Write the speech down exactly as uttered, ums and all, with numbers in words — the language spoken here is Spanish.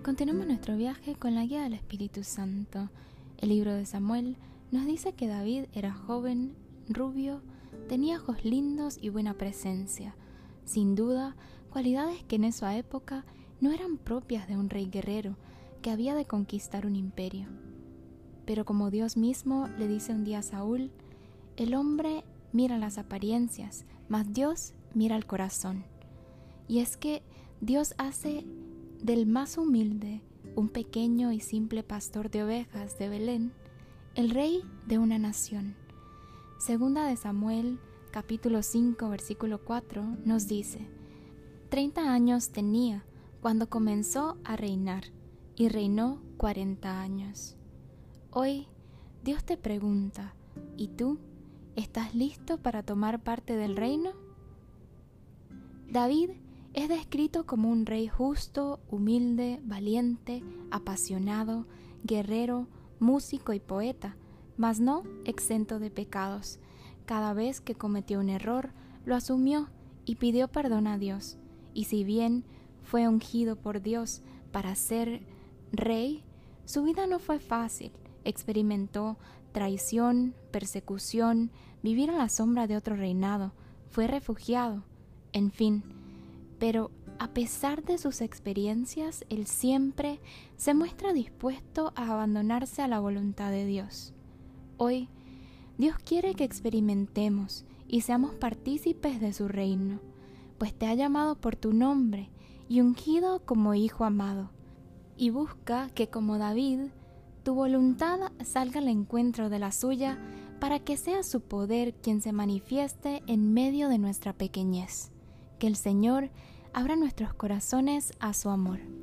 Continuamos nuestro viaje con la guía del Espíritu Santo. El libro de Samuel nos dice que David era joven, rubio, tenía ojos lindos y buena presencia. Sin duda, cualidades que en esa época no eran propias de un rey guerrero que había de conquistar un imperio. Pero como Dios mismo le dice un día a Saúl, el hombre mira las apariencias, mas Dios mira el corazón. Y es que Dios hace del más humilde, un pequeño y simple pastor de ovejas de Belén, el rey de una nación. Segunda de Samuel, capítulo cinco, versículo cuatro, nos dice: Treinta años tenía cuando comenzó a reinar, y reinó cuarenta años. Hoy, Dios te pregunta, ¿y tú estás listo para tomar parte del reino? David es descrito como un rey justo, humilde, valiente, apasionado, guerrero, músico y poeta, mas no exento de pecados. Cada vez que cometió un error, lo asumió y pidió perdón a Dios. Y si bien fue ungido por Dios para ser rey, su vida no fue fácil. Experimentó traición, persecución, vivir a la sombra de otro reinado, fue refugiado, en fin. Pero a pesar de sus experiencias, él siempre se muestra dispuesto a abandonarse a la voluntad de Dios. Hoy, Dios quiere que experimentemos y seamos partícipes de su reino, pues te ha llamado por tu nombre y ungido como hijo amado, y busca que, como David, tu voluntad salga al encuentro de la suya para que sea su poder quien se manifieste en medio de nuestra pequeñez. Que el Señor abra nuestros corazones a su amor.